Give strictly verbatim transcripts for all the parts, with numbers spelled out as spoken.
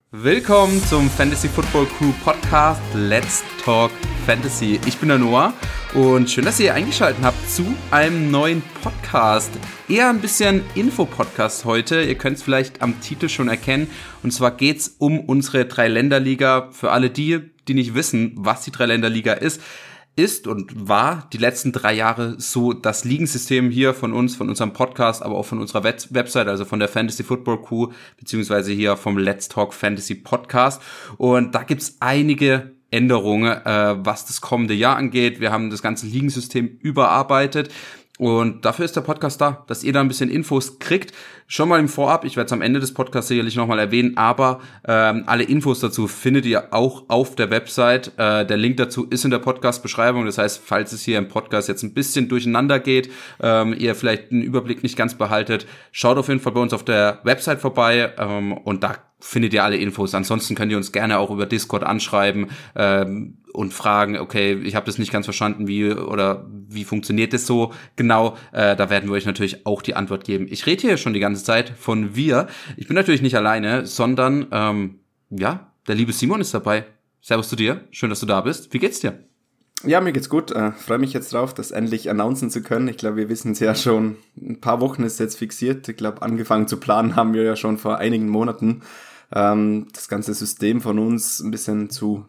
Willkommen zum Fantasy Football Crew Podcast Let's Talk Fantasy. Ich bin der Noah und schön, dass ihr eingeschaltet habt zu einem neuen Podcast. Eher ein bisschen Info-Podcast heute. Ihr könnt es vielleicht am Titel schon erkennen. Und zwar geht es um unsere Dreiländerliga. Für alle die, die nicht wissen, was die Dreiländerliga ist, ist und war die letzten drei Jahre so das Ligensystem hier von uns, von unserem Podcast, aber auch von unserer Web- Website, also von der Fantasy Football Crew, beziehungsweise hier vom Let's Talk Fantasy Podcast. Und da gibt's einige Änderungen, äh, was das kommende Jahr angeht. Wir haben das ganze Ligensystem überarbeitet. Und dafür ist der Podcast da, dass ihr da ein bisschen Infos kriegt. Schon mal im Vorab, ich werde es am Ende des Podcasts sicherlich nochmal erwähnen, aber ähm, alle Infos dazu findet ihr auch auf der Website. Äh, der Link dazu ist in der Podcast-Beschreibung. Das heißt, falls es hier im Podcast jetzt ein bisschen durcheinander geht, ähm, ihr vielleicht einen Überblick nicht ganz behaltet, schaut auf jeden Fall bei uns auf der Website vorbei ähm, und da findet ihr alle Infos. Ansonsten könnt ihr uns gerne auch über Discord anschreiben ähm, und fragen, okay, ich habe das nicht ganz verstanden, wie oder wie funktioniert das so genau. Äh, da werden wir euch natürlich auch die Antwort geben. Ich rede hier schon die ganze Zeit von wir. Ich bin natürlich nicht alleine, sondern ähm, ja, der liebe Simon ist dabei. Servus zu dir, schön, dass du da bist. Wie geht's dir? Ja, mir geht's gut. Äh, freue mich jetzt drauf, das endlich announcen zu können. Ich glaube, wir wissen es ja schon, ein paar Wochen ist jetzt fixiert. Ich glaube, angefangen zu planen haben wir ja schon vor einigen Monaten. Ähm, das ganze System von uns ein bisschen zu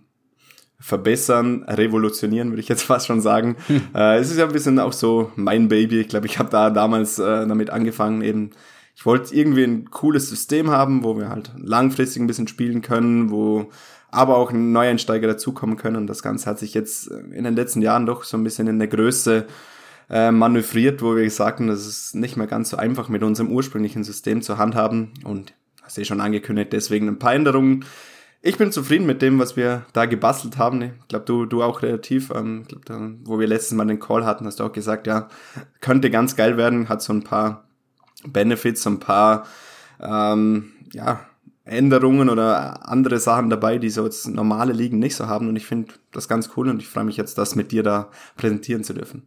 verbessern, revolutionieren, würde ich jetzt fast schon sagen. Hm. Äh, es ist ja ein bisschen auch so mein Baby. Ich glaube, ich habe da damals äh, damit angefangen, eben, ich wollte irgendwie ein cooles System haben, wo wir halt langfristig ein bisschen spielen können, wo aber auch Neueinsteiger dazukommen können. Und das Ganze hat sich jetzt in den letzten Jahren doch so ein bisschen in der Größe äh, manövriert, wo wir gesagt haben, das ist nicht mehr ganz so einfach mit unserem ursprünglichen System zu handhaben. Und hast du schon angekündigt, deswegen ein paar Änderungen. Ich bin zufrieden mit dem, was wir da gebastelt haben. Ich glaube, du du auch relativ. Ähm, ich glaub, da, wo wir letztes Mal den Call hatten, hast du auch gesagt, ja, könnte ganz geil werden. Hat so ein paar Benefits, so ein paar ähm, ja Änderungen oder andere Sachen dabei, die so jetzt normale Ligen nicht so haben. Und ich finde das ganz cool und ich freue mich jetzt, das mit dir da präsentieren zu dürfen.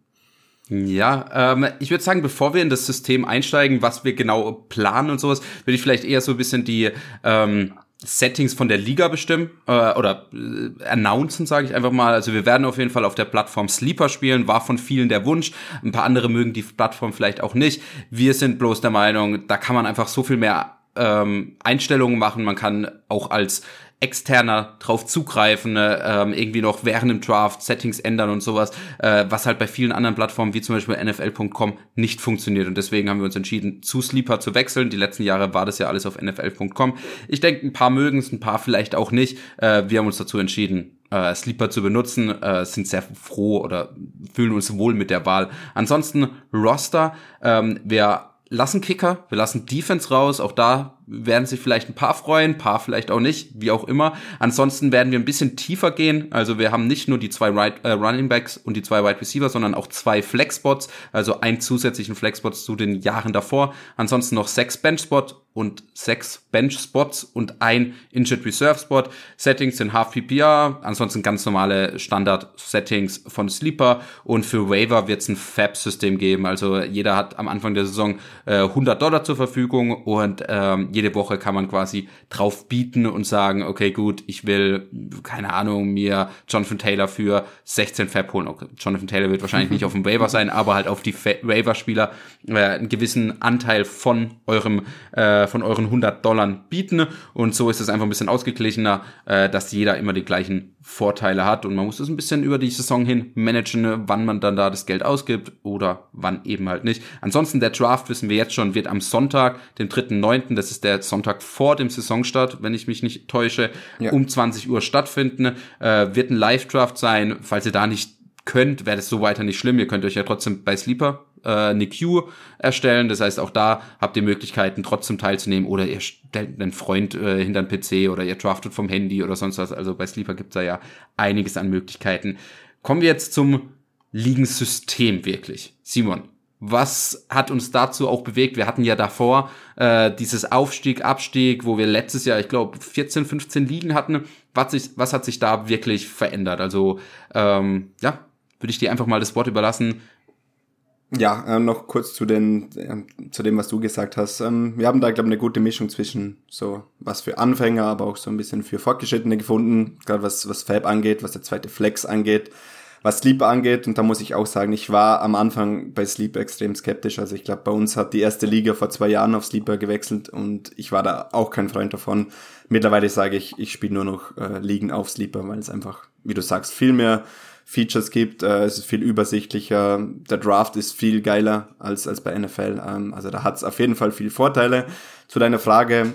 Ja, ähm, ich würde sagen, bevor wir in das System einsteigen, was wir genau planen und sowas, würde ich vielleicht eher so ein bisschen die ähm, Settings von der Liga bestimmen äh, oder äh, announcen, sage ich einfach mal. Also wir werden auf jeden Fall auf der Plattform Sleeper spielen, war von vielen der Wunsch. Ein paar andere mögen die Plattform vielleicht auch nicht. Wir sind bloß der Meinung, da kann man einfach so viel mehr ähm, Einstellungen machen. Man kann auch als externer drauf zugreifen, ähm, irgendwie noch während dem Draft Settings ändern und sowas, äh, was halt bei vielen anderen Plattformen wie zum Beispiel N F L Punkt com nicht funktioniert und deswegen haben wir uns entschieden, zu Sleeper zu wechseln. Die letzten Jahre war das ja alles auf N F L Punkt com. Ich denke, ein paar mögen es, ein paar vielleicht auch nicht. Äh, wir haben uns dazu entschieden, äh, Sleeper zu benutzen, äh, sind sehr froh oder fühlen uns wohl mit der Wahl. Ansonsten Roster, ähm, wir lassen Kicker, wir lassen Defense raus, auch da werden sich vielleicht ein paar freuen, ein paar vielleicht auch nicht, wie auch immer. Ansonsten werden wir ein bisschen tiefer gehen, also wir haben nicht nur die zwei right, äh, Running Backs und die zwei Wide Receiver, sondern auch zwei Flex-Spots, also einen zusätzlichen Flex-Spot zu den Jahren davor. Ansonsten noch sechs Bench-Spot und sechs Bench-Spots und ein Injured Reserve-Spot. Settings sind Half P P R, ansonsten ganz normale Standard-Settings von Sleeper und für Waiver wird es ein Fab-System geben, also jeder hat am Anfang der Saison äh, hundert Dollar zur Verfügung und ähm, jede Woche kann man quasi drauf bieten und sagen, okay, gut, ich will, keine Ahnung, mir Jonathan Taylor für sechzehn Fab holen. Okay, Jonathan Taylor wird wahrscheinlich nicht auf dem Waiver sein, aber halt auf die Waiver-Spieler äh, einen gewissen Anteil von eurem, äh, von euren hundert Dollar bieten. Und so ist es einfach ein bisschen ausgeglichener, äh, dass jeder immer die gleichen Vorteile hat. Und man muss es ein bisschen über die Saison hin managen, wann man dann da das Geld ausgibt oder wann eben halt nicht. Ansonsten der Draft, wissen wir jetzt schon, wird am Sonntag, dem dritten neunten, das ist der Sonntag vor dem Saisonstart, wenn ich mich nicht täusche, ja, um zwanzig Uhr stattfinden. Äh, wird ein Live-Draft sein. Falls ihr da nicht könnt, wäre das so weiter nicht schlimm. Ihr könnt euch ja trotzdem bei Sleeper äh, eine Queue erstellen. Das heißt, auch da habt ihr Möglichkeiten, trotzdem teilzunehmen. Oder ihr stellt einen Freund äh, hinter den P C oder ihr draftet vom Handy oder sonst was. Also bei Sleeper gibt's da ja einiges an Möglichkeiten. Kommen wir jetzt zum Ligensystem wirklich. Simon, was hat uns dazu auch bewegt? Wir hatten ja davor äh, dieses Aufstieg, Abstieg, wo wir letztes Jahr, ich glaube, vierzehn, fünfzehn Ligen hatten. Was, sich, was hat sich da wirklich verändert? Also, ähm, ja, würde ich dir einfach mal das Wort überlassen. Ja, äh, noch kurz zu den äh, zu dem, was du gesagt hast. Ähm, wir haben da, glaube ich, eine gute Mischung zwischen so was für Anfänger, aber auch so ein bisschen für Fortgeschrittene gefunden, gerade was was Fab angeht, was der zweite Flex angeht, was Sleeper angeht. Und da muss ich auch sagen, ich war am Anfang bei Sleeper extrem skeptisch. Also ich glaube, bei uns hat die erste Liga vor zwei Jahren auf Sleeper gewechselt und ich war da auch kein Freund davon. Mittlerweile sage ich, ich spiele nur noch äh, Ligen auf Sleeper, weil es einfach, wie du sagst, viel mehr Features gibt, äh, es ist viel übersichtlicher, der Draft ist viel geiler als als bei N F L, ähm, also da hat es auf jeden Fall viele Vorteile. Zu deiner Frage,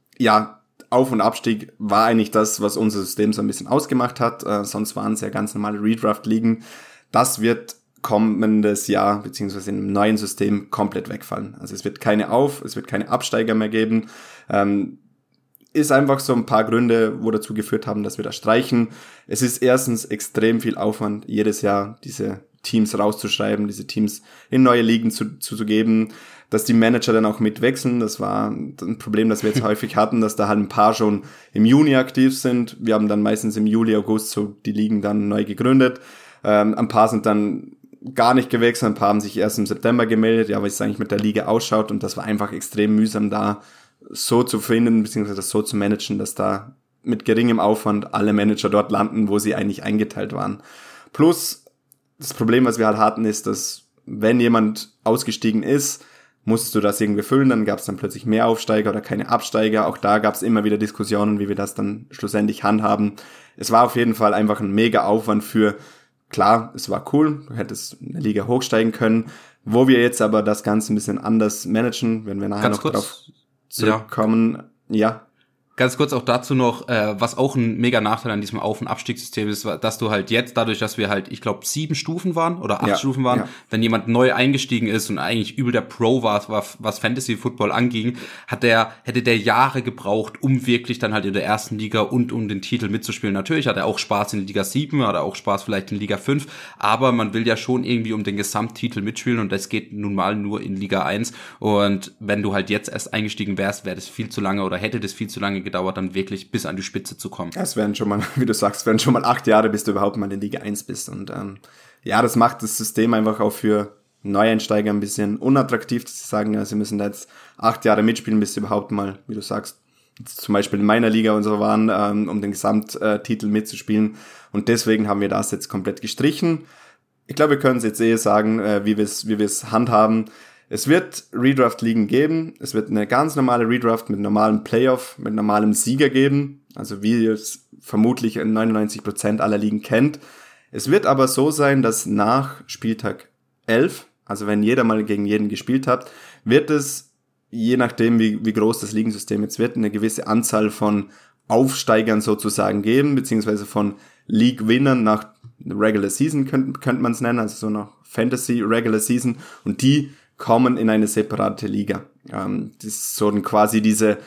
ja, Auf- und Abstieg war eigentlich das, was unser System so ein bisschen ausgemacht hat, äh, sonst waren es ja ganz normale Redraft-Ligen. Das wird kommendes Jahr, beziehungsweise im neuen System komplett wegfallen. Also es wird keine Auf-, es wird keine Absteiger mehr geben, ähm, ist einfach so ein paar Gründe, wo dazu geführt haben, dass wir das streichen. Es ist erstens extrem viel Aufwand, jedes Jahr diese Teams rauszuschreiben, diese Teams in neue Ligen zu, zu, zu geben, dass die Manager dann auch mitwechseln. Das war ein Problem, das wir jetzt häufig hatten, dass da halt ein paar schon im Juni aktiv sind. Wir haben dann meistens im Juli, August so die Ligen dann neu gegründet. Ähm, ein paar sind dann gar nicht gewechselt, ein paar haben sich erst im September gemeldet, ja, weil es eigentlich mit der Liga ausschaut, und das war einfach extrem mühsam, da so zu finden, beziehungsweise das so zu managen, dass da mit geringem Aufwand alle Manager dort landen, wo sie eigentlich eingeteilt waren. Plus, das Problem, was wir halt hatten, ist, dass wenn jemand ausgestiegen ist, musstest du das irgendwie füllen, dann gab es dann plötzlich mehr Aufsteiger oder keine Absteiger. Auch da gab es immer wieder Diskussionen, wie wir das dann schlussendlich handhaben. Es war auf jeden Fall einfach ein mega Aufwand für, klar, es war cool, du hättest eine Liga hochsteigen können, wo wir jetzt aber das Ganze ein bisschen anders managen, wenn wir nachher Ganz noch kurz. drauf zurückkommen, ja. ja. Ganz kurz auch dazu noch, äh, was auch ein mega Nachteil an diesem Auf- und Abstiegssystem ist, dass du halt jetzt, dadurch, dass wir halt, ich glaube, sieben Stufen waren oder acht ja, Stufen waren, ja. wenn jemand neu eingestiegen ist und eigentlich übel der Pro war, was Fantasy-Football anging, hat der, hätte der Jahre gebraucht, um wirklich dann halt in der ersten Liga und um den Titel mitzuspielen. Natürlich hat er auch Spaß in Liga sieben, hat er auch Spaß vielleicht in Liga fünf, aber man will ja schon irgendwie um den Gesamttitel mitspielen und das geht nun mal nur in Liga eins. Und wenn du halt jetzt erst eingestiegen wärst, wäre das viel zu lange oder hätte das viel zu lange gedauert, dann wirklich bis an die Spitze zu kommen. Es werden schon mal, wie du sagst, werden schon mal acht Jahre, bis du überhaupt mal in Liga eins bist. Und ähm, ja, das macht das System einfach auch für Neueinsteiger ein bisschen unattraktiv, dass sie sagen, ja, sie müssen da jetzt acht Jahre mitspielen, bis sie überhaupt mal, wie du sagst, zum Beispiel in meiner Liga und so waren, ähm, um den Gesamttitel mitzuspielen. Und deswegen haben wir das jetzt komplett gestrichen. Ich glaube, wir können es jetzt eh sagen, äh, wie wir es wie wir es handhaben. Es wird Redraft-Ligen geben, es wird eine ganz normale Redraft mit normalem Playoff, mit normalem Sieger geben, also wie ihr es vermutlich in neunundneunzig Prozent aller Ligen kennt. Es wird aber so sein, dass nach Spieltag elf, also wenn jeder mal gegen jeden gespielt hat, wird es, je nachdem wie, wie groß das Ligensystem jetzt wird, eine gewisse Anzahl von Aufsteigern sozusagen geben, beziehungsweise von League-Winnern nach Regular Season könnte, könnte man es nennen, also so nach Fantasy Regular Season, und die kommen in eine separate Liga. Ähm, das ist so quasi diese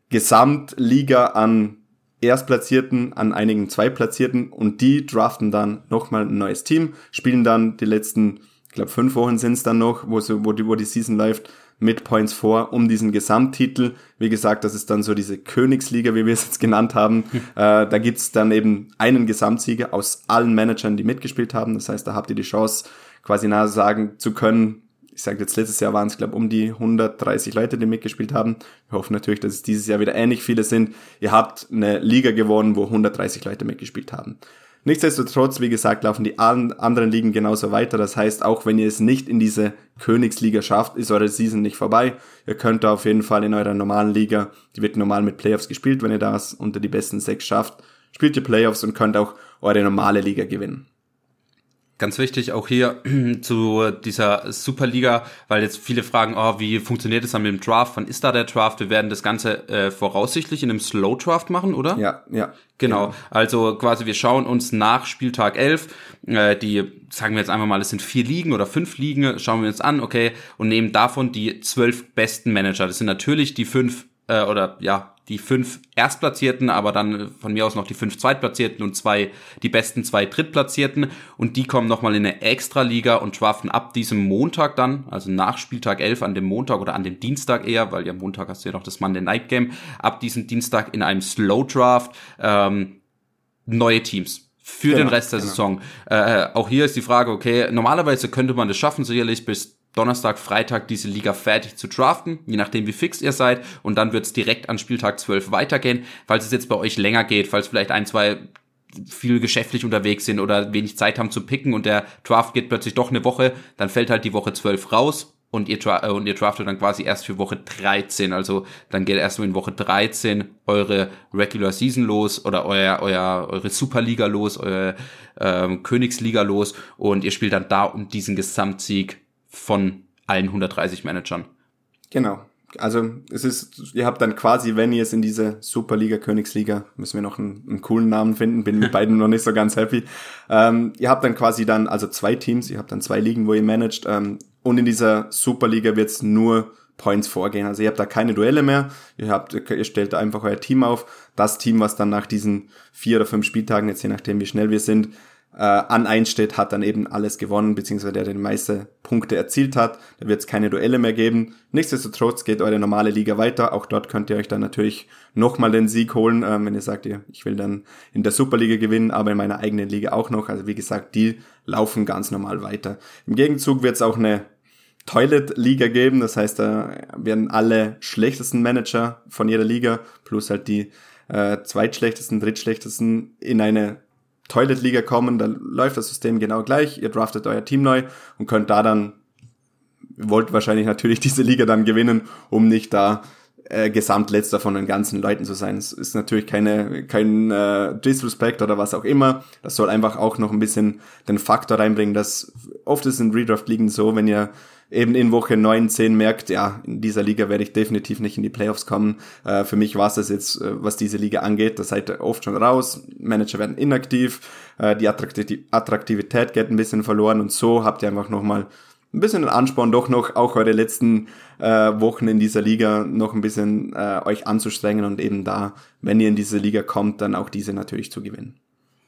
Gesamtliga an Erstplatzierten, an einigen Zweitplatzierten, und die draften dann nochmal ein neues Team, spielen dann die letzten, ich glaube fünf Wochen sind es dann noch, wo, so, wo, die, wo die Season läuft, mit Points vor, um diesen Gesamttitel. Wie gesagt, das ist dann so diese Königsliga, wie wir es jetzt genannt haben. Hm. Äh, da gibt's dann eben einen Gesamtsieger aus allen Managern, die mitgespielt haben. Das heißt, da habt ihr die Chance, quasi nahe sagen zu können, ich sage jetzt, letztes Jahr waren es, glaube ich, um die hundertdreißig Leute, die mitgespielt haben. Wir hoffen natürlich, dass es dieses Jahr wieder ähnlich viele sind. Ihr habt eine Liga gewonnen, wo hundertdreißig Leute mitgespielt haben. Nichtsdestotrotz, wie gesagt, laufen die anderen Ligen genauso weiter. Das heißt, auch wenn ihr es nicht in diese Königsliga schafft, ist eure Season nicht vorbei. Ihr könnt da auf jeden Fall in eurer normalen Liga, die wird normal mit Playoffs gespielt, wenn ihr das unter die besten sechs schafft, spielt ihr Playoffs und könnt auch eure normale Liga gewinnen. Ganz wichtig auch hier zu dieser Superliga, weil jetzt viele fragen, oh, wie funktioniert das dann mit dem Draft? Wann ist da der Draft? Wir werden das Ganze äh, voraussichtlich in einem Slow Draft machen, oder? Ja, ja. Genau, genau. Also quasi wir schauen uns nach Spieltag elf, äh, die, sagen wir jetzt einfach mal, es sind vier Ligen oder fünf Ligen, schauen wir uns an, okay, und nehmen davon die zwölf besten Manager. Das sind natürlich die fünf, äh, oder ja, die fünf Erstplatzierten, aber dann von mir aus noch die fünf Zweitplatzierten und zwei, die besten zwei Drittplatzierten, und die kommen nochmal in eine Extra-Liga und draften ab diesem Montag dann, also nach Spieltag elf an dem Montag oder an dem Dienstag eher, weil ja Montag hast du ja noch das Monday Night Game, ab diesem Dienstag in einem Slow Draft ähm, neue Teams für genau, den Rest der genau. Saison. Äh, auch hier ist die Frage, okay, normalerweise könnte man das schaffen, sicherlich bis Donnerstag, Freitag diese Liga fertig zu draften, je nachdem wie fix ihr seid, und dann wird's direkt an Spieltag zwölf weitergehen. Falls es jetzt bei euch länger geht, falls vielleicht ein, zwei viel geschäftlich unterwegs sind oder wenig Zeit haben zu picken und der Draft geht plötzlich doch eine Woche, dann fällt halt die Woche zwölf raus und ihr, äh, und ihr draftet dann quasi erst für Woche dreizehn, also dann geht erst nur in Woche dreizehn eure Regular Season los oder euer, euer, eure Superliga los, eure ähm, Königsliga los, und ihr spielt dann da um diesen Gesamtsieg von allen hundertdreißig Managern. Genau. Also es ist, ihr habt dann quasi, wenn ihr es in diese Superliga, Königsliga, müssen wir noch einen, einen coolen Namen finden, bin mit beiden noch nicht so ganz happy. Ähm, ihr habt dann quasi dann, also zwei Teams, ihr habt dann zwei Ligen, wo ihr managt, ähm, und in dieser Superliga wird es nur Points vorgehen. Also ihr habt da keine Duelle mehr, ihr habt, ihr stellt einfach euer Team auf. Das Team, was dann nach diesen vier oder fünf Spieltagen, jetzt je nachdem wie schnell wir sind, äh, an eins steht, hat dann eben alles gewonnen, beziehungsweise der, der die meisten Punkte erzielt hat. Da wird es keine Duelle mehr geben. Nichtsdestotrotz geht eure normale Liga weiter. Auch dort könnt ihr euch dann natürlich nochmal den Sieg holen, ähm, wenn ihr sagt, ihr, ich will dann in der Superliga gewinnen, aber in meiner eigenen Liga auch noch. Also wie gesagt, die laufen ganz normal weiter. Im Gegenzug wird es auch eine Toilet-Liga geben, das heißt, da werden alle schlechtesten Manager von jeder Liga plus halt die äh, zweitschlechtesten, drittschlechtesten in eine Toilet-Liga kommen. Da läuft das System genau gleich. Ihr draftet euer Team neu und könnt da dann, wollt wahrscheinlich natürlich diese Liga dann gewinnen, um nicht da äh, Gesamtletzter von den ganzen Leuten zu sein. Es ist natürlich keine kein äh, Disrespect oder was auch immer. Das soll einfach auch noch ein bisschen den Faktor reinbringen, dass oft ist in Redraft-Ligen so, wenn ihr eben in Woche neun, zehn merkt, ja, in dieser Liga werde ich definitiv nicht in die Playoffs kommen. Äh, für mich war es das jetzt, äh, was diese Liga angeht. Da seid ihr oft schon raus, Manager werden inaktiv, äh, die Attraktiv- Attraktivität geht ein bisschen verloren, und so habt ihr einfach nochmal ein bisschen den Ansporn, doch noch auch eure letzten äh, Wochen in dieser Liga noch ein bisschen äh, euch anzustrengen und eben da, wenn ihr in diese Liga kommt, dann auch diese natürlich zu gewinnen.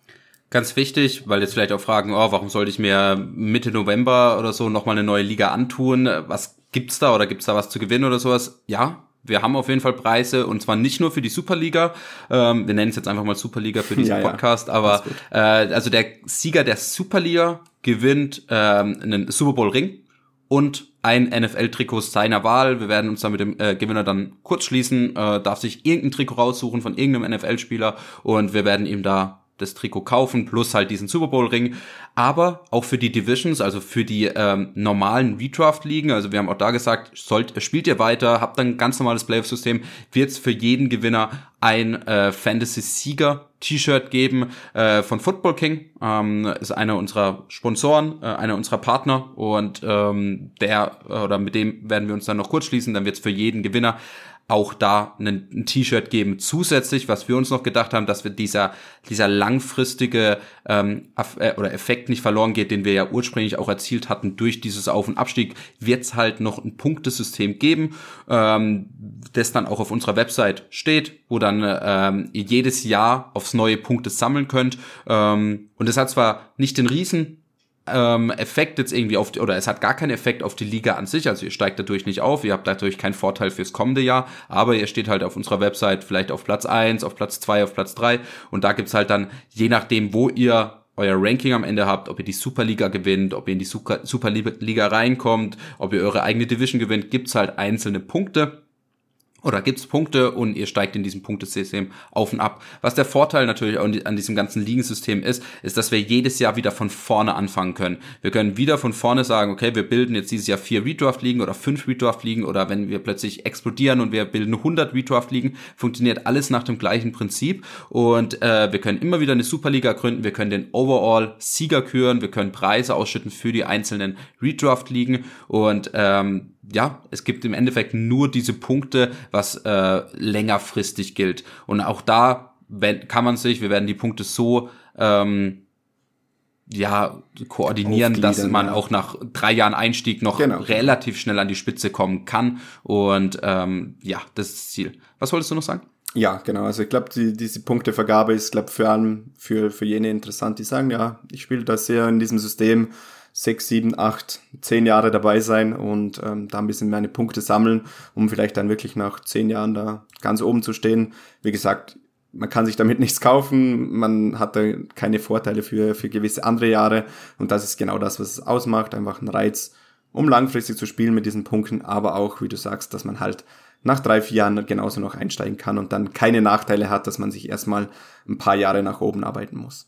Ganz wichtig, weil jetzt vielleicht auch fragen, oh, warum sollte ich mir Mitte November oder so nochmal eine neue Liga antun? Was gibt's da, oder gibt's da was zu gewinnen oder sowas? Ja, wir haben auf jeden Fall Preise, und zwar nicht nur für die Superliga. Ähm, wir nennen es jetzt einfach mal Superliga für diesen ja, Podcast, ja. aber äh, also der Sieger der Superliga gewinnt ähm, einen Super Bowl Ring und ein N F L-Trikot seiner Wahl. Wir werden uns dann mit dem äh, Gewinner dann kurz schließen, äh, darf sich irgendein Trikot raussuchen von irgendeinem N F L-Spieler, und wir werden ihm da das Trikot kaufen, plus halt diesen Super Bowl Ring. Aber auch für die Divisions, also für die ähm, normalen Redraft-Ligen, also wir haben auch da gesagt, sollt, spielt ihr weiter, habt dann ein ganz normales Playoff-System, wird es für jeden Gewinner ein äh, Fantasy-Sieger-T-Shirt geben äh, von Football King. Ähm, ist einer unserer Sponsoren, äh, einer unserer Partner, und ähm, der oder mit dem werden wir uns dann noch kurz schließen. Dann wird es für jeden Gewinner auch da ein, ein T-Shirt geben zusätzlich, was wir uns noch gedacht haben, dass wir dieser dieser langfristige ähm, äh, oder Effekt nicht verloren geht, den wir ja ursprünglich auch erzielt hatten durch dieses Auf- und Abstieg, wird es halt noch ein Punktesystem geben, ähm, das dann auch auf unserer Website steht, wo dann ähm, ihr jedes Jahr aufs neue Punkte sammeln könnt, ähm, und es hat zwar nicht den riesen Ähm, Effekt jetzt irgendwie auf die, oder es hat gar keinen Effekt auf die Liga an sich, also ihr steigt dadurch nicht auf, ihr habt dadurch keinen Vorteil fürs kommende Jahr, aber ihr steht halt auf unserer Website vielleicht auf Platz eins, auf Platz zwei, auf Platz drei, und da gibt's halt dann, je nachdem, wo ihr euer Ranking am Ende habt, ob ihr die Superliga gewinnt, ob ihr in die Super- Superliga reinkommt, ob ihr eure eigene Division gewinnt, gibt's halt einzelne Punkte. Oder gibt's Punkte, und ihr steigt in diesem Punktesystem auf und ab. Was der Vorteil natürlich auch an diesem ganzen Ligensystem ist, ist, dass wir jedes Jahr wieder von vorne anfangen können. Wir können wieder von vorne sagen, okay, wir bilden jetzt dieses Jahr vier Redraft-Ligen oder fünf Redraft-Ligen, oder wenn wir plötzlich explodieren und wir bilden hundert Redraft-Ligen, funktioniert alles nach dem gleichen Prinzip, und äh, wir können immer wieder eine Superliga gründen, wir können den Overall-Sieger küren, wir können Preise ausschütten für die einzelnen Redraft-Ligen, und ähm, ja, es gibt im Endeffekt nur diese Punkte, was äh, längerfristig gilt. Und auch da wenn, kann man sich, wir werden die Punkte so ähm, ja koordinieren, dass man ja. auch nach drei Jahren Einstieg noch genau. relativ schnell an die Spitze kommen kann. Und ähm, ja, das ist das Ziel. Was wolltest du noch sagen? Ja, genau. Also ich glaube, die, diese Punktevergabe ist, glaube für allem für für jene interessant, die sagen, ja, ich spiele das sehr in diesem System, sechs, sieben, acht, zehn Jahre dabei sein und ähm, da ein bisschen meine Punkte sammeln, um vielleicht dann wirklich nach zehn Jahren da ganz oben zu stehen. Wie gesagt, man kann sich damit nichts kaufen, man hat da keine Vorteile für für gewisse andere Jahre, und das ist genau das, was es ausmacht, einfach ein Reiz, um langfristig zu spielen mit diesen Punkten, aber auch, wie du sagst, dass man halt nach drei, vier Jahren genauso noch einsteigen kann und dann keine Nachteile hat, dass man sich erstmal ein paar Jahre nach oben arbeiten muss.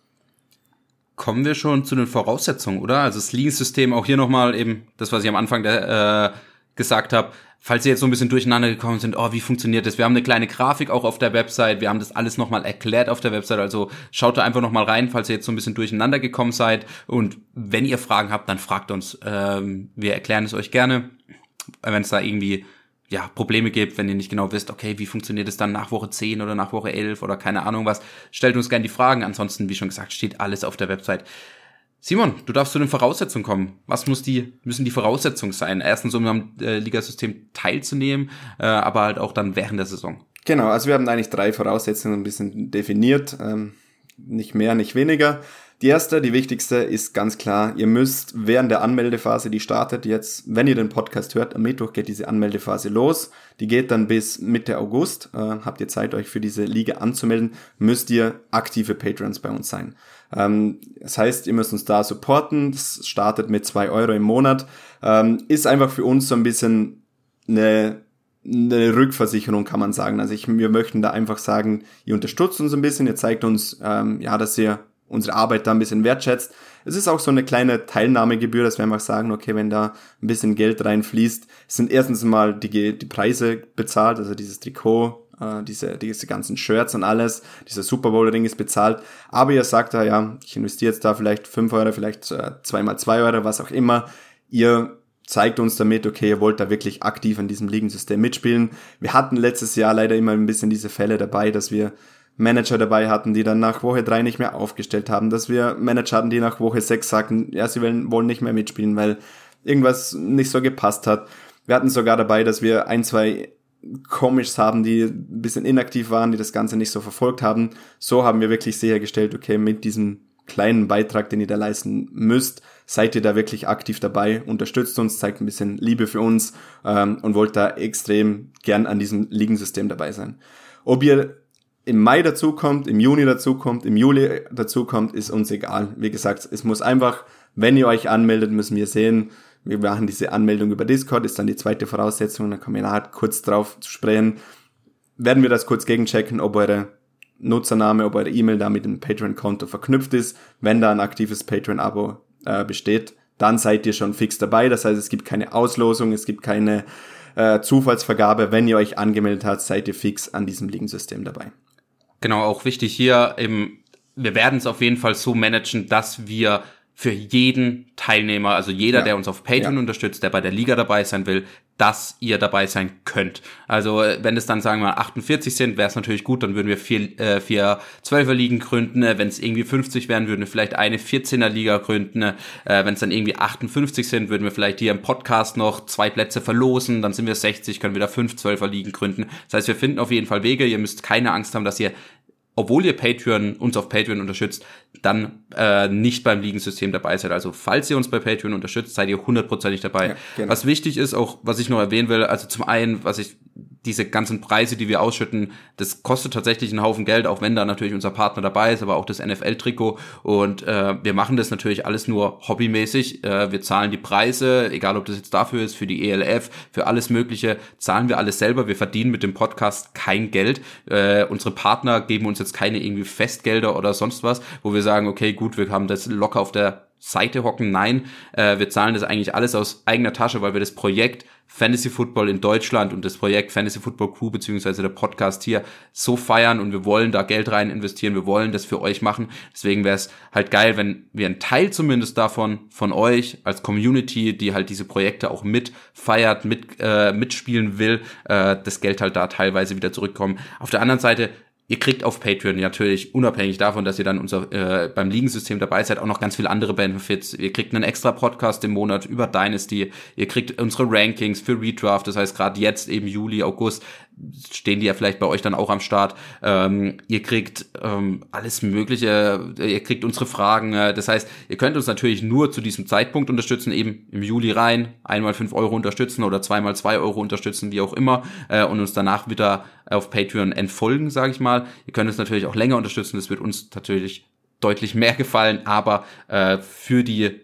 Kommen wir schon zu den Voraussetzungen, oder? Also das Ligensystem, auch hier nochmal eben das, was ich am Anfang der, äh, gesagt habe, falls ihr jetzt so ein bisschen durcheinander gekommen sind, oh, wie funktioniert das? Wir haben eine kleine Grafik auch auf der Website, wir haben das alles nochmal erklärt auf der Website, also schaut da einfach nochmal rein, falls ihr jetzt so ein bisschen durcheinander gekommen seid und wenn ihr Fragen habt, dann fragt uns. Ähm, wir erklären es euch gerne, wenn es da irgendwie ja, Probleme gibt, wenn ihr nicht genau wisst, okay, wie funktioniert es dann nach Woche zehn oder nach Woche elf oder keine Ahnung was, stellt uns gerne die Fragen. Ansonsten, wie schon gesagt, steht alles auf der Website. Simon, du darfst zu den Voraussetzungen kommen. Was muss die, müssen die Voraussetzungen sein? Erstens, um am äh, Ligasystem teilzunehmen, äh, aber halt auch dann während der Saison. Genau, also wir haben eigentlich drei Voraussetzungen ein bisschen definiert, ähm, nicht mehr, nicht weniger. Die erste, die wichtigste ist ganz klar, ihr müsst während der Anmeldephase, die startet jetzt, wenn ihr den Podcast hört, am Mittwoch geht diese Anmeldephase los. Die geht dann bis Mitte August. Äh, habt ihr Zeit, euch für diese Liga anzumelden, müsst ihr aktive Patrons bei uns sein. Ähm, das heißt, ihr müsst uns da supporten. Das startet mit zwei Euro im Monat. Ähm, ist einfach für uns so ein bisschen eine eine Rückversicherung, kann man sagen. Also ich, wir möchten da einfach sagen, ihr unterstützt uns ein bisschen, ihr zeigt uns, ähm, ja, dass ihr unsere Arbeit da ein bisschen wertschätzt. Es ist auch so eine kleine Teilnahmegebühr, dass wir einfach sagen, okay, wenn da ein bisschen Geld reinfließt, sind erstens mal die, die Preise bezahlt, also dieses Trikot, äh, diese, diese ganzen Shirts und alles, dieser Super Bowl Ring ist bezahlt, aber ihr sagt da, ja, ich investiere jetzt da vielleicht fünf Euro, vielleicht äh, zwei mal zwei Euro, was auch immer, ihr zeigt uns damit, okay, ihr wollt da wirklich aktiv an diesem Ligensystem mitspielen. Wir hatten letztes Jahr leider immer ein bisschen diese Fälle dabei, dass wir Manager dabei hatten, die dann nach Woche drei nicht mehr aufgestellt haben, dass wir Manager hatten, die nach Woche sechs sagten, ja, sie wollen, wollen nicht mehr mitspielen, weil irgendwas nicht so gepasst hat. Wir hatten sogar dabei, dass wir ein, zwei Comics haben, die ein bisschen inaktiv waren, die das Ganze nicht so verfolgt haben. So haben wir wirklich sichergestellt, okay, mit diesem kleinen Beitrag, den ihr da leisten müsst, seid ihr da wirklich aktiv dabei, unterstützt uns, zeigt ein bisschen Liebe für uns ähm, und wollt da extrem gern an diesem Ligensystem dabei sein. Ob ihr im Mai dazukommt, im Juni dazukommt, im Juli dazukommt, ist uns egal. Wie gesagt, es muss einfach, wenn ihr euch anmeldet, müssen wir sehen, wir machen diese Anmeldung über Discord, ist dann die zweite Voraussetzung, dann kommen wir nachher kurz drauf zu sprechen. Werden wir das kurz gegenchecken, ob eure Nutzername, ob eure E-Mail da mit dem Patreon-Konto verknüpft ist. Wenn da ein aktives Patreon-Abo äh, besteht, dann seid ihr schon fix dabei. Das heißt, es gibt keine Auslosung, es gibt keine äh, Zufallsvergabe. Wenn ihr euch angemeldet habt, seid ihr fix an diesem Ligensystem dabei. Genau, auch wichtig hier, eben, wir werden es auf jeden Fall so managen, dass wir für jeden Teilnehmer, also jeder, ja. der uns auf Patreon ja. unterstützt, der bei der Liga dabei sein will, dass ihr dabei sein könnt. Also wenn es dann, sagen wir mal, achtundvierzig sind, wäre es natürlich gut, dann würden wir vier, äh, vier Zwölfer-Ligen gründen. Wenn es irgendwie fünfzig wären, würden wir vielleicht eine vierzehner-Liga gründen. Äh, wenn es dann irgendwie achtundfünfzig sind, würden wir vielleicht hier im Podcast noch zwei Plätze verlosen. Dann sind wir sechzig, können wir da fünf Zwölfer-Ligen gründen. Das heißt, wir finden auf jeden Fall Wege. Ihr müsst keine Angst haben, dass ihr, obwohl ihr Patreon, uns auf Patreon unterstützt, dann äh, nicht beim Ligensystem dabei seid. Also falls ihr uns bei Patreon unterstützt, seid ihr hundertprozentig dabei. Ja, genau. Was wichtig ist, auch was ich noch erwähnen will, also zum einen, was ich diese ganzen Preise, die wir ausschütten, das kostet tatsächlich einen Haufen Geld, auch wenn da natürlich unser Partner dabei ist, aber auch das N F L-Trikot. Und äh, wir machen das natürlich alles nur hobbymäßig. Äh, wir zahlen die Preise, egal ob das jetzt dafür ist, für die E L F, für alles Mögliche, zahlen wir alles selber. Wir verdienen mit dem Podcast kein Geld. Äh, unsere Partner geben uns jetzt keine irgendwie Festgelder oder sonst was, wo wir sagen, okay, gut, wir haben das locker auf der Seite hocken. Nein, äh, wir zahlen das eigentlich alles aus eigener Tasche, weil wir das Projekt Fantasy Football in Deutschland und das Projekt Fantasy Football Crew beziehungsweise der Podcast hier so feiern und wir wollen da Geld rein investieren, wir wollen das für euch machen. Deswegen wäre es halt geil, wenn wir einen Teil zumindest davon von euch als Community, die halt diese Projekte auch mit feiert, mit äh, mitspielen will, äh, das Geld halt da teilweise wieder zurückkommen. Auf der anderen Seite, ihr kriegt auf Patreon natürlich, unabhängig davon, dass ihr dann unser äh, beim Ligensystem dabei seid, auch noch ganz viele andere Benefits. Ihr kriegt einen extra Podcast im Monat über Dynasty. Ihr kriegt unsere Rankings für Redraft. Das heißt, gerade jetzt eben Juli, August stehen die ja vielleicht bei euch dann auch am Start. Ähm, ihr kriegt ähm, alles Mögliche. Ihr kriegt unsere Fragen. Äh, das heißt, ihr könnt uns natürlich nur zu diesem Zeitpunkt unterstützen, eben im Juli rein, einmal fünf Euro unterstützen oder zweimal zwei Euro unterstützen, wie auch immer, äh, und uns danach wieder auf Patreon entfolgen, sage ich mal. Ihr könnt uns natürlich auch länger unterstützen, das wird uns natürlich deutlich mehr gefallen, aber äh, für die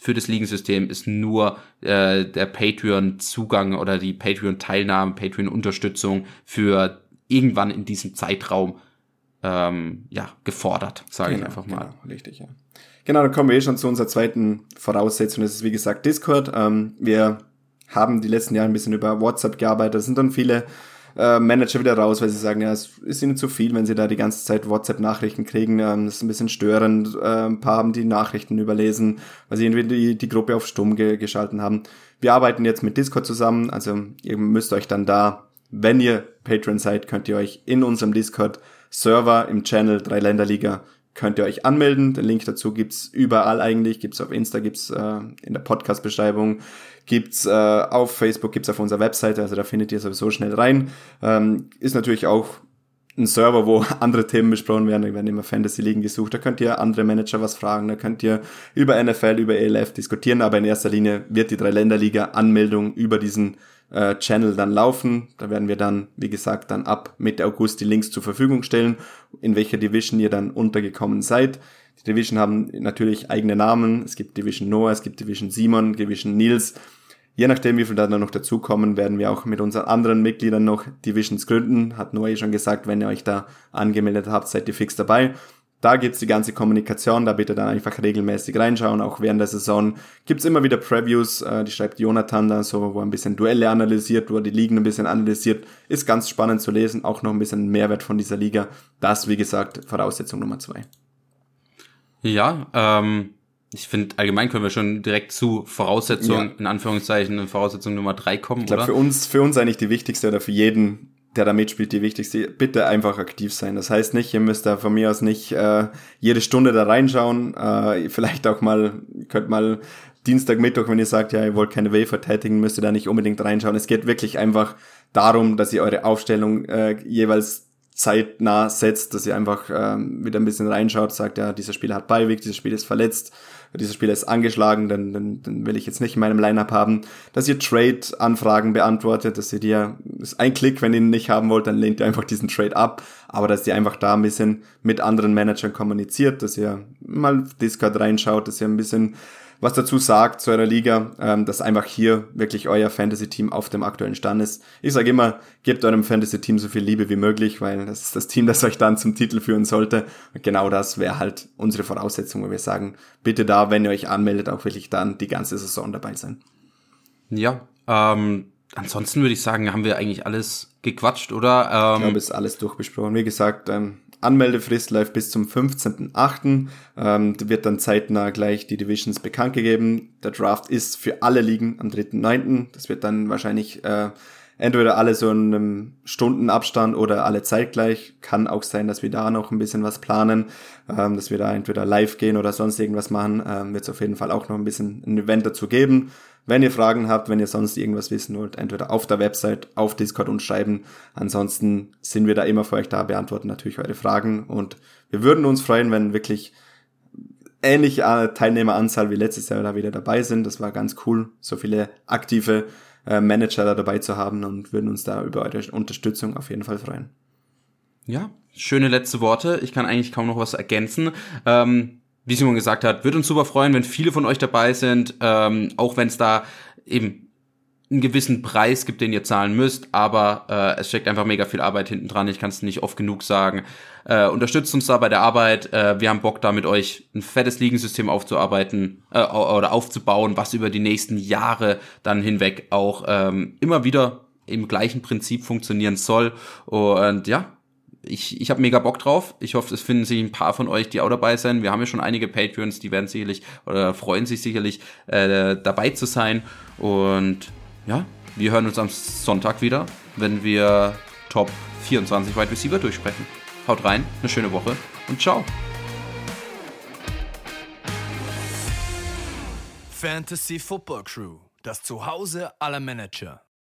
für das Ligensystem ist nur äh, der Patreon-Zugang oder die Patreon-Teilnahme, Patreon-Unterstützung für irgendwann in diesem Zeitraum ähm, ja gefordert, sage genau, ich einfach mal. Genau, richtig, ja. Genau, dann kommen wir eh schon zu unserer zweiten Voraussetzung. Das ist, wie gesagt, Discord. Ähm, wir haben die letzten Jahre ein bisschen über WhatsApp gearbeitet. Da sind dann viele äh, Manager wieder raus, weil sie sagen, ja, es ist ihnen zu viel, wenn sie da die ganze Zeit WhatsApp-Nachrichten kriegen. Ähm, das ist ein bisschen störend. Äh, ein paar haben die Nachrichten überlesen, weil sie irgendwie die, die Gruppe auf Stumm ge- geschalten haben. Wir arbeiten jetzt mit Discord zusammen. Also ihr müsst euch dann da, wenn ihr Patreon seid, könnt ihr euch in unserem Discord-Server im Channel Dreiländerliga könnt ihr euch anmelden. Den Link dazu gibt's überall eigentlich. Gibt's auf Insta, gibt's äh, in der Podcast-Beschreibung, gibt's äh, auf Facebook, gibt's auf unserer Webseite. Also da findet ihr sowieso schnell rein. Ähm, ist natürlich auch ein Server, wo andere Themen besprochen werden. Da werden immer Fantasy-Ligen gesucht. Da könnt ihr andere Manager was fragen. Da könnt ihr über N F L, über E L F diskutieren. Aber in erster Linie wird die Dreiländerliga-Anmeldung über diesen äh, Channel dann laufen. Da werden wir dann, wie gesagt, dann ab Mitte August die Links zur Verfügung stellen, in welcher Division ihr dann untergekommen seid. Die Division haben natürlich eigene Namen. Es gibt Division Noah, es gibt Division Simon, Division Nils. Je nachdem, wie viel da noch dazukommen, werden wir auch mit unseren anderen Mitgliedern noch Divisions gründen. Hat Noah eh schon gesagt, wenn ihr euch da angemeldet habt, seid ihr fix dabei. Da gibt's die ganze Kommunikation, da bitte dann einfach regelmäßig reinschauen. Auch während der Saison gibt's immer wieder Previews, äh, die schreibt Jonathan dann so, wo ein bisschen Duelle analysiert, wo er die Ligen ein bisschen analysiert. Ist ganz spannend zu lesen, auch noch ein bisschen Mehrwert von dieser Liga. Das, wie gesagt, Voraussetzung Nummer zwei. Ja, ähm, ich finde, allgemein können wir schon direkt zu Voraussetzung, ja. in Anführungszeichen, Voraussetzung Nummer drei kommen, ich glaub, oder? Für uns, für uns eigentlich die wichtigste oder für jeden, der da mitspielt, die wichtigste, bitte einfach aktiv sein. Das heißt nicht, ihr müsst da von mir aus nicht äh, jede Stunde da reinschauen, äh, vielleicht auch mal, könnt mal Dienstag, Mittwoch, wenn ihr sagt, ja, ihr wollt keine Waiver tätigen, müsst ihr da nicht unbedingt reinschauen. Es geht wirklich einfach darum, dass ihr eure Aufstellung äh, jeweils zeitnah setzt, dass ihr einfach ähm, wieder ein bisschen reinschaut, sagt, ja, dieser Spieler hat Beiweg, dieses Spiel ist verletzt, dieser Spieler ist angeschlagen, dann, dann, dann will ich jetzt nicht in meinem Lineup haben, dass ihr Trade-Anfragen beantwortet, dass ihr dir, ist ein Klick, wenn ihr ihn nicht haben wollt, dann lehnt ihr einfach diesen Trade ab, aber dass ihr einfach da ein bisschen mit anderen Managern kommuniziert, dass ihr mal Discord reinschaut, dass ihr ein bisschen was dazu sagt zu eurer Liga, ähm, dass einfach hier wirklich euer Fantasy-Team auf dem aktuellen Stand ist. Ich sage immer, gebt eurem Fantasy-Team so viel Liebe wie möglich, weil das ist das Team, das euch dann zum Titel führen sollte. Und genau das wäre halt unsere Voraussetzung, wo wir sagen, bitte da, wenn ihr euch anmeldet, auch wirklich dann die ganze Saison dabei sein. Ja, ähm, ansonsten würde ich sagen, haben wir eigentlich alles gequatscht, oder? Ähm, ich glaube, es ist alles durchbesprochen. Wie gesagt, ähm, Anmeldefrist läuft bis zum fünfzehnten achten Ähm, wird dann zeitnah gleich die Divisions bekannt gegeben. Der Draft ist für alle Ligen am dritten neunten Das wird dann wahrscheinlich äh, entweder alle so in einem Stundenabstand oder alle zeitgleich. Kann auch sein, dass wir da noch ein bisschen was planen, ähm, dass wir da entweder live gehen oder sonst irgendwas machen. Ähm, wird es auf jeden Fall auch noch ein bisschen ein Event dazu geben. Wenn ihr Fragen habt, wenn ihr sonst irgendwas wissen wollt, entweder auf der Website, auf Discord uns schreiben. Ansonsten sind wir da immer für euch da, beantworten natürlich eure Fragen. Und wir würden uns freuen, wenn wirklich ähnliche Teilnehmeranzahl wie letztes Jahr da wieder dabei sind. Das war ganz cool, so viele aktive äh, Manager da dabei zu haben und würden uns da über eure Unterstützung auf jeden Fall freuen. Ja, schöne letzte Worte. Ich kann eigentlich kaum noch was ergänzen. Ähm Wie Simon gesagt hat, würde uns super freuen, wenn viele von euch dabei sind, ähm, auch wenn es da eben einen gewissen Preis gibt, den ihr zahlen müsst, aber äh, es steckt einfach mega viel Arbeit hinten dran, ich kann es nicht oft genug sagen. Äh, unterstützt uns da bei der Arbeit, äh, wir haben Bock da mit euch ein fettes Ligensystem aufzuarbeiten äh, oder aufzubauen, was über die nächsten Jahre dann hinweg auch ähm, immer wieder im gleichen Prinzip funktionieren soll und ja, Ich, ich habe mega Bock drauf. Ich hoffe, es finden sich ein paar von euch, die auch dabei sein. Wir haben ja schon einige Patreons, die werden sicherlich oder freuen sich sicherlich, äh, dabei zu sein. Und ja, wir hören uns am Sonntag wieder, wenn wir Top vierundzwanzig Wide Receiver durchsprechen. Haut rein, eine schöne Woche und ciao. Fantasy Football Crew, das Zuhause aller Manager.